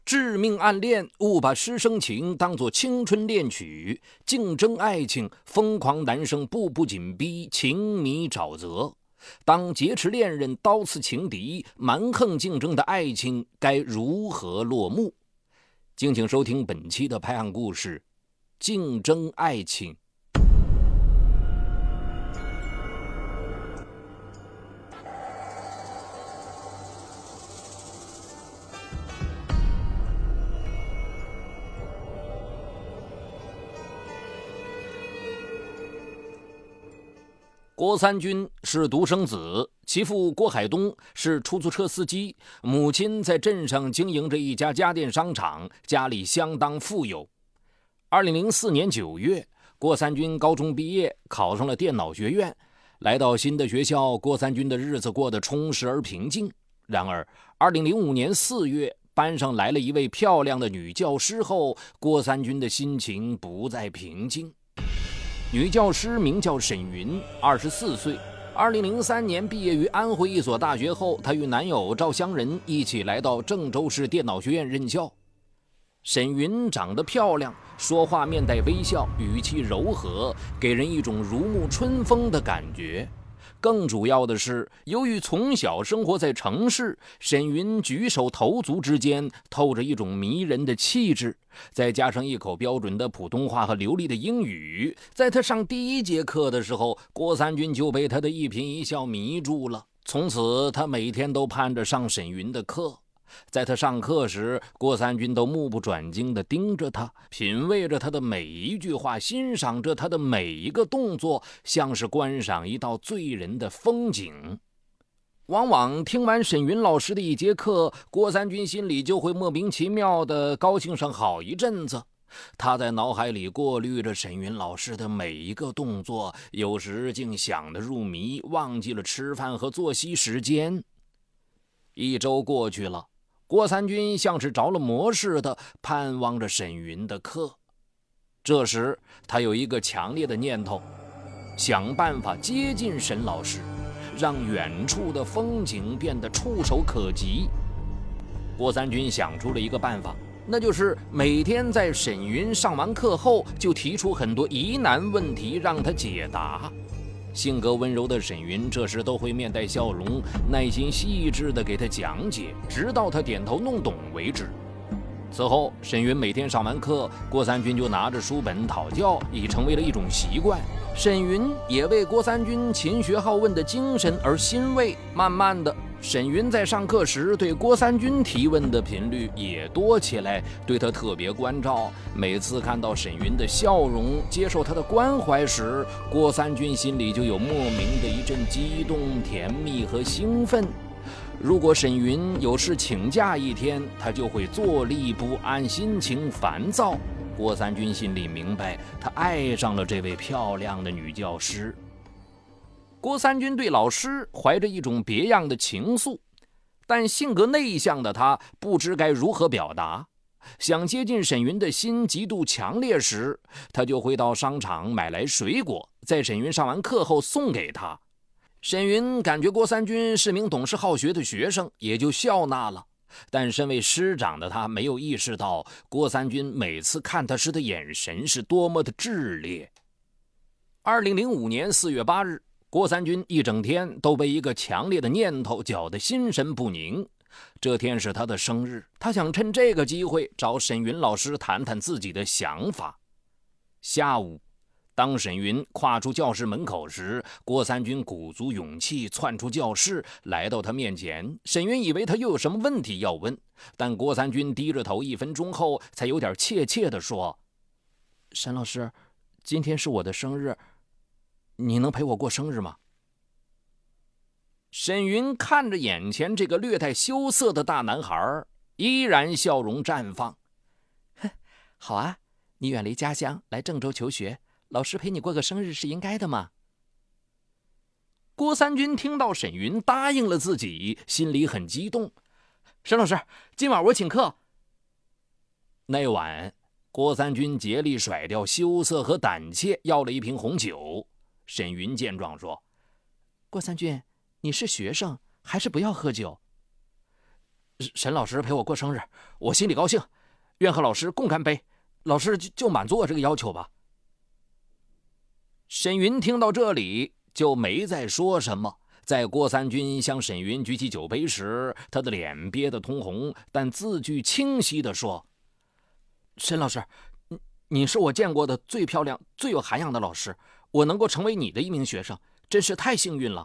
致命暗恋，误把师生情当作青春恋曲，竞争爱情，疯狂男生步步紧逼，情迷沼泽。当劫持恋人，刀刺情敌，蛮横竞争的爱情该如何落幕？敬请收听本期的拍案故事《竞争爱情》。郭三军是独生子，其父郭海东是出租车司机，母亲在镇上经营着一家家电商场，家里相当富有。2004年9月，郭三军高中毕业，考上了电脑学院。来到新的学校，郭三军的日子过得充实而平静。然而2005年4月，班上来了一位漂亮的女教师后，郭三军的心情不再平静。女教师名叫沈云，24岁。2003年毕业于安徽一所大学后，她与男友赵湘仁一起来到郑州市电脑学院任教。沈云长得漂亮，说话面带微笑，语气柔和，给人一种如沐春风的感觉。更主要的是，由于从小生活在城市，沈云举手投足之间透着一种迷人的气质，再加上一口标准的普通话和流利的英语，在他上第一节课的时候，郭三军就被他的一颦一笑迷住了。从此，他每天都盼着上沈云的课。在他上课时，郭三军都目不转睛地盯着他，品味着他的每一句话，欣赏着他的每一个动作，像是观赏一道醉人的风景。往往听完沈云老师的一节课，郭三军心里就会莫名其妙地高兴上好一阵子。他在脑海里过滤着沈云老师的每一个动作，有时竟想得入迷，忘记了吃饭和作息时间。1周过去了，郭三军像是着了魔似的盼望着沈云的课。这时他有一个强烈的念头，想办法接近沈老师，让远处的风景变得触手可及。郭三军想出了一个办法，那就是每天在沈云上完课后，就提出很多疑难问题让他解答。性格温柔的沈云这时都会面带笑容，耐心细致地给他讲解，直到他点头弄懂为止。此后，沈云每天上完课，郭三军就拿着书本讨教，已成为了一种习惯。沈云也为郭三军勤学好问的精神而欣慰。慢慢的，沈云在上课时对郭三军提问的频率也多起来，对他特别关照。每次看到沈云的笑容，接受他的关怀时，郭三军心里就有莫名的一阵激动、甜蜜和兴奋。如果沈云有事请假一天，他就会坐立不安，心情烦躁。郭三军心里明白，他爱上了这位漂亮的女教师。郭三军对老师怀着一种别样的情愫，但性格内向的他不知该如何表达。想接近沈云的心极度强烈时，他就会到商场买来水果，在沈云上完课后送给他。沈云感觉郭三军是名懂事好学的学生，也就笑纳了。但身为师长的他没有意识到，郭三军每次看他时的眼神是多么的炽烈。2005年4月8日，郭三军一整天都被一个强烈的念头搅得心神不宁。这天是他的生日，他想趁这个机会找沈云老师谈谈自己的想法。下午，当沈云跨出教室门口时，郭三军鼓足勇气窜出教室，来到他面前。沈云以为他又有什么问题要问，但郭三军低着头，1分钟后才有点怯怯地说：“沈老师，今天是我的生日，你能陪我过生日吗？”沈云看着眼前这个略带羞涩的大男孩，依然笑容绽放。好啊，你远离家乡来郑州求学，老师陪你过个生日是应该的嘛。郭三军听到沈云答应了自己，心里很激动。沈老师，今晚我请客。那晚，郭三军竭力甩掉羞涩和胆怯，要了一瓶红酒。沈云见状说：“郭三军，你是学生，还是不要喝酒。” 沈老师陪我过生日，我心里高兴，愿和老师共干杯。老师就满足我这个要求吧。沈云听到这里就没再说什么。在郭三军向沈云举起酒杯时，他的脸憋得通红，但字句清晰地说：“沈老师，你是我见过的最漂亮、最有涵养的老师，我能够成为你的一名学生，真是太幸运了。”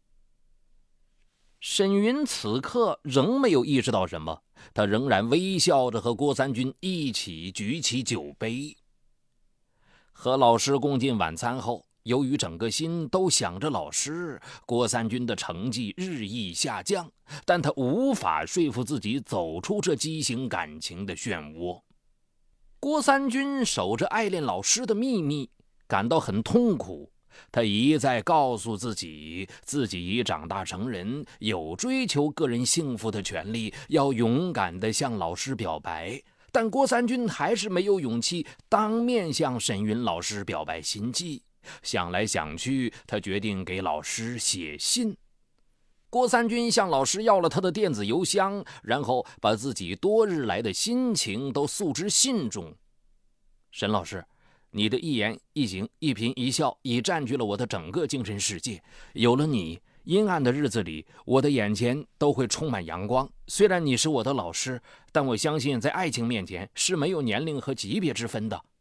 沈云此刻仍没有意识到什么，他仍然微笑着和郭三军一起举起酒杯。和老师共进晚餐后，由于整个心都想着老师，郭三军的成绩日益下降，但他无法说服自己走出这畸形感情的漩涡。郭三军守着爱恋老师的秘密，感到很痛苦。他一再告诉自己，自己已长大成人，有追求个人幸福的权利，要勇敢地向老师表白。但郭三军还是没有勇气当面向沈云老师表白心迹。想来想去，他决定给老师写信。郭三军向老师要了他的电子邮箱，然后把自己多日来的心情都诉之信中。沈老师，你的一言一行一颦一笑已占据了我的整个精神世界，有了你，阴暗的日子里我的眼前都会充满阳光。虽然你是我的老师，但我相信在爱情面前是没有年龄和级别之分的。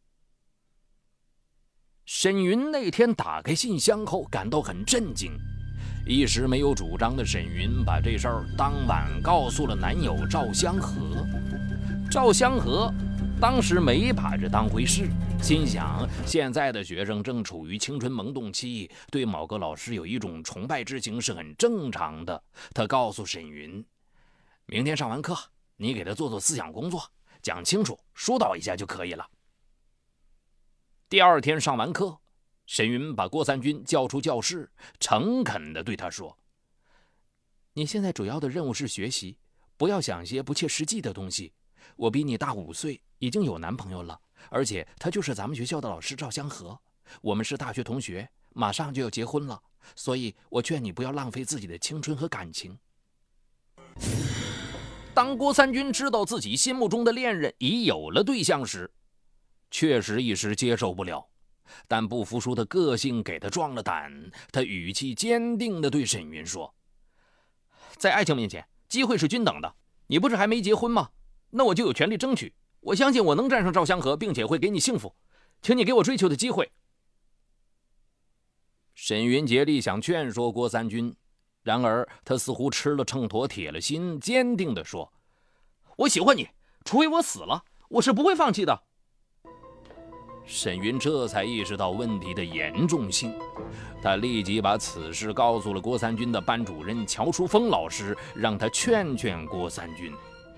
沈云那天打开信箱后感到很震惊，一时没有主张的沈云把这事儿当晚告诉了男友赵香河。赵香河当时没把这当回事，心想现在的学生正处于青春萌动期，对某个老师有一种崇拜之情是很正常的。他告诉沈云，明天上完课你给他做思想工作，讲清楚疏导一下就可以了。第二天上完课，沈云把郭三军叫出教室，诚恳地对他说：“你现在主要的任务是学习，不要想些不切实际的东西。我比你大5岁，已经有男朋友了，而且他就是咱们学校的老师赵香河，我们是大学同学，马上就要结婚了，所以我劝你不要浪费自己的青春和感情。”当郭三军知道自己心目中的恋人已有了对象时，确实一时接受不了，但不服输的个性给他壮了胆。他语气坚定地对沈云说：“在爱情面前，机会是均等的。你不是还没结婚吗？那我就有权利争取。我相信我能战胜赵香河，并且会给你幸福，请你给我追求的机会。”沈云竭力想劝说郭三军，然而他似乎吃了秤砣铁了心，坚定地说：“我喜欢你，除非我死了，我是不会放弃的。”沈云这才意识到问题的严重性，他立即把此事告诉了郭三军的班主任乔淑峰老师，让他劝劝郭三军。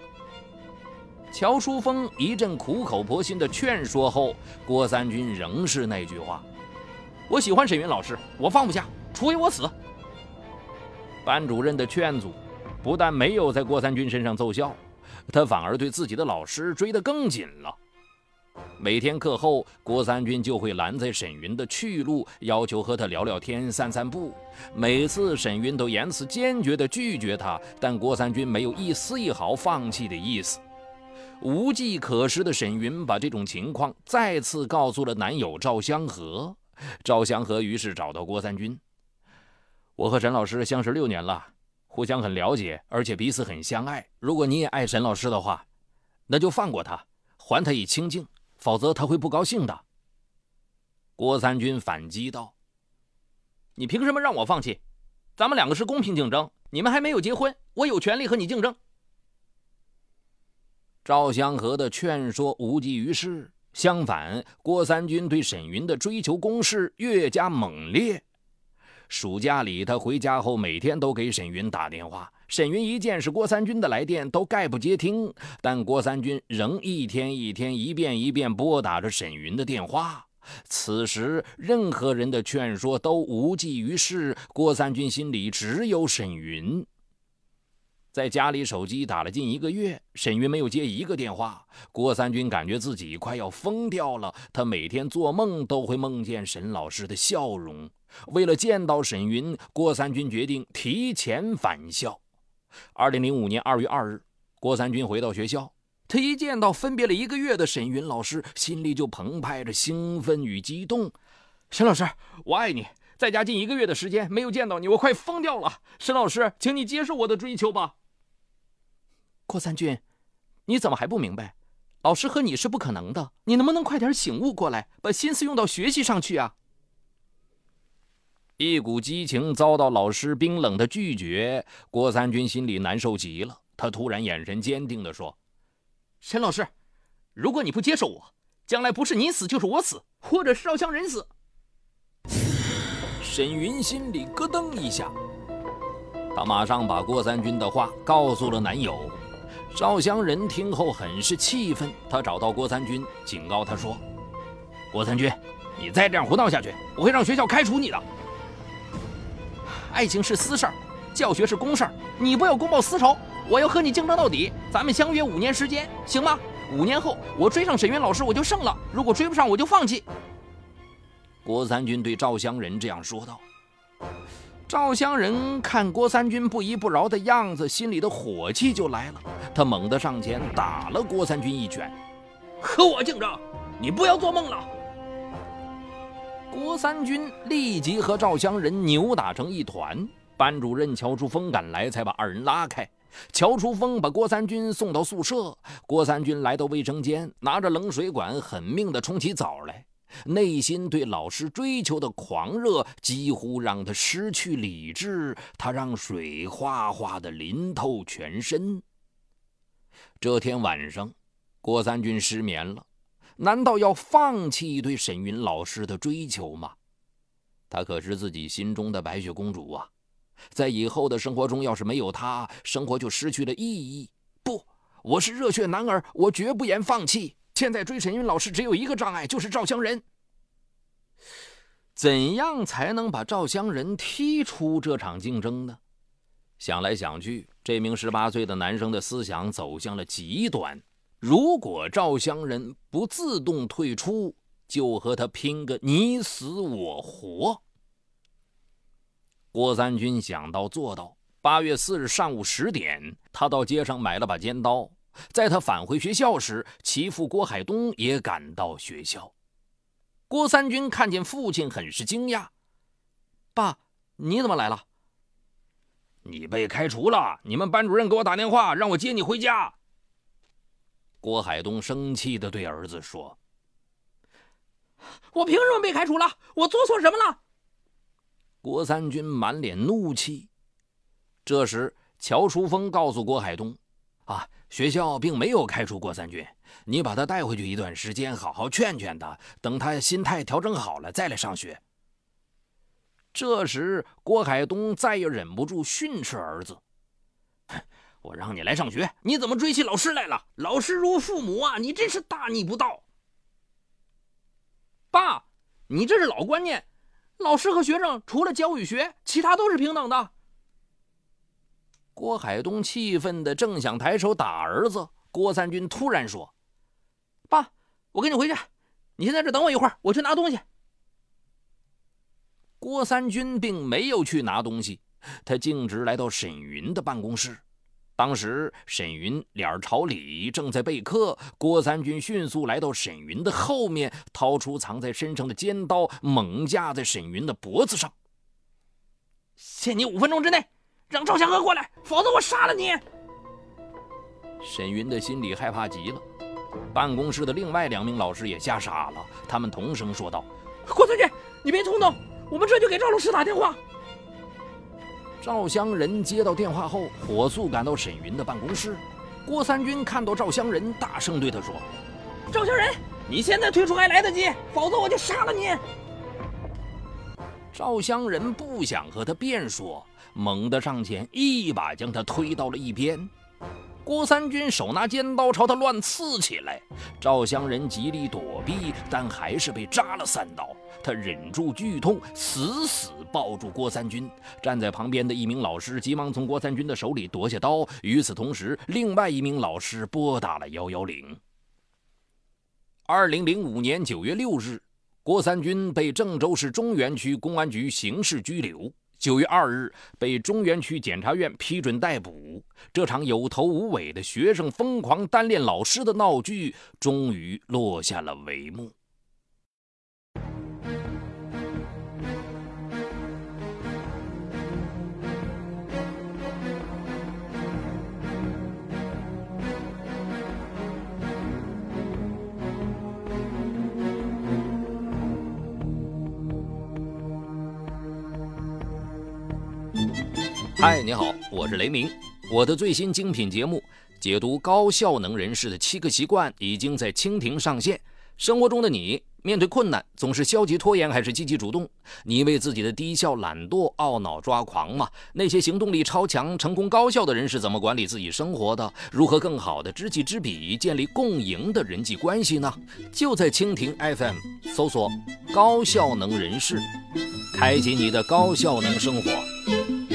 乔淑峰一阵苦口婆心的劝说后，郭三军仍是那句话：“我喜欢沈云老师，我放不下，除非我死。”班主任的劝阻不但没有在郭三军身上奏效，他反而对自己的老师追得更紧了。每天课后，郭三军就会拦在沈云的去路，要求和他聊聊天、散散步。每次沈云都言辞坚决地拒绝他，但郭三军没有一丝一毫放弃的意思。无计可施的沈云把这种情况再次告诉了男友赵香河。赵香河于是找到郭三军：“我和沈老师相识6年了，互相很了解，而且彼此很相爱。如果你也爱沈老师的话，那就放过他，还他以清净，否则他会不高兴的。”郭三军反击道：“你凭什么让我放弃？咱们2个是公平竞争，你们还没有结婚，我有权利和你竞争。”赵香河的劝说无济于事，相反，郭三军对沈云的追求攻势越加猛烈。暑假里，他回家后每天都给沈云打电话，沈云一见是郭三军的来电都概不接听，但郭三军仍一天一天、一遍一遍拨打着沈云的电话。此时任何人的劝说都无济于事，郭三军心里只有沈云。在家里手机打了近1个月，沈云没有接一个电话，郭三军感觉自己快要疯掉了。他每天做梦都会梦见沈老师的笑容。为了见到沈云，郭三军决定提前返校。 2005年2月2日，郭三军回到学校，他一见到分别了1个月的沈云老师，心里就澎湃着兴奋与激动。沈老师，我爱你，在家近1个月的时间没有见到你，我快疯掉了。沈老师，请你接受我的追求吧。郭三军，你怎么还不明白？老师和你是不可能的，你能不能快点醒悟过来，把心思用到学习上去啊？一股激情遭到老师冰冷的拒绝，郭三军心里难受极了。他突然眼神坚定地说：沈老师，如果你不接受我，将来不是你死就是我死，或者是赵湘仁死。沈云心里咯噔一下，他马上把郭三军的话告诉了男友。赵湘仁听后很是气愤，他找到郭三军，警告他说：郭三军，你再这样胡闹下去，我会让学校开除你的。爱情是私事儿，教学是公事儿，你不要公报私仇，我要和你竞争到底。咱们相约5年时间，行吗？5年后我追上沈云老师我就胜了，如果追不上我就放弃。郭三军对赵湘仁这样说道。赵湘仁看郭三军不依不饶的样子，心里的火气就来了，他猛地上前打了郭三军一拳。和我竞争，你不要做梦了。郭三军立即和赵湘仁扭打成一团，班主任乔淑峰赶来才把2人拉开。乔淑峰把郭三军送到宿舍，郭三军来到卫生间，拿着冷水管狠命地冲起澡来，内心对老师追求的狂热几乎让他失去理智，他让水哗哗地淋透全身。这天晚上，郭三军失眠了，难道要放弃对沈云老师的追求吗？她可是自己心中的白雪公主啊，在以后的生活中，要是没有她，生活就失去了意义。不，我是热血男儿，我绝不言放弃。现在追沈云老师只有一个障碍，就是赵湘仁。怎样才能把赵湘仁踢出这场竞争呢？想来想去，这名18岁的男生的思想走向了极端。如果赵湘仁不自动退出，就和他拼个你死我活。郭三军想到做到。8月4日上午10点，他到街上买了把尖刀。在他返回学校时，其父郭海东也赶到学校。郭三军看见父亲很是惊讶：爸，你怎么来了？你被开除了，你们班主任给我打电话让我接你回家。郭海东生气地对儿子说：我凭什么被开除了？我做错什么了？郭三军满脸怒气。这时乔淑峰告诉郭海东：学校并没有开除郭三军，你把他带回去一段时间，好好劝劝他，等他心态调整好了再来上学。这时郭海东再也忍不住训斥儿子：我让你来上学，你怎么追起老师来了？老师如父母啊，你真是大逆不道。爸，你这是老观念，老师和学生除了教与学，其他都是平等的。郭海东气愤的正想抬手打儿子，郭三军突然说：爸，我跟你回去，你先在这等我一会儿，我去拿东西。郭三军并没有去拿东西，他径直来到沈云的办公室。当时沈云脸朝里正在备课，郭三军迅速来到沈云的后面，掏出藏在身上的尖刀，猛架在沈云的脖子上。限你5分钟之内让赵祥和过来，否则我杀了你。沈云的心里害怕极了。办公室的另外2名老师也吓傻了，他们同声说道：郭三军，你别冲动，我们这就给赵老师打电话。赵湘仁接到电话后，火速赶到沈云的办公室。郭三军看到赵湘仁，大声对他说：赵湘仁，你现在退出还来得及，否则我就杀了你。赵湘仁不想和他辩说，猛地上前一把将他推到了一边。郭三军手拿尖刀朝他乱刺起来，赵湘仁极力躲避，但还是被扎了3刀。他忍住剧痛，死死抱住郭三军。站在旁边的1名老师急忙从郭三军的手里夺下刀，与此同时，另外1名老师拨打了110。2005年9月6日，郭三军被郑州市中原区公安局刑事拘留。 9月2日被中原区检察院批准逮捕。这场有头无尾的学生疯狂单恋老师的闹剧终于落下了帷幕。嗨，你好，我是雷鸣。我的最新精品节目解读高效能人士的7个习惯已经在蜻蜓上线。生活中的你面对困难总是消极拖延还是积极主动？你为自己的低效懒惰懊恼抓狂吗？那些行动力超强成功高效的人是怎么管理自己生活的？如何更好的知己知彼，建立共赢的人际关系呢？就在蜻蜓 FM 搜索高效能人士，开启你的高效能生活。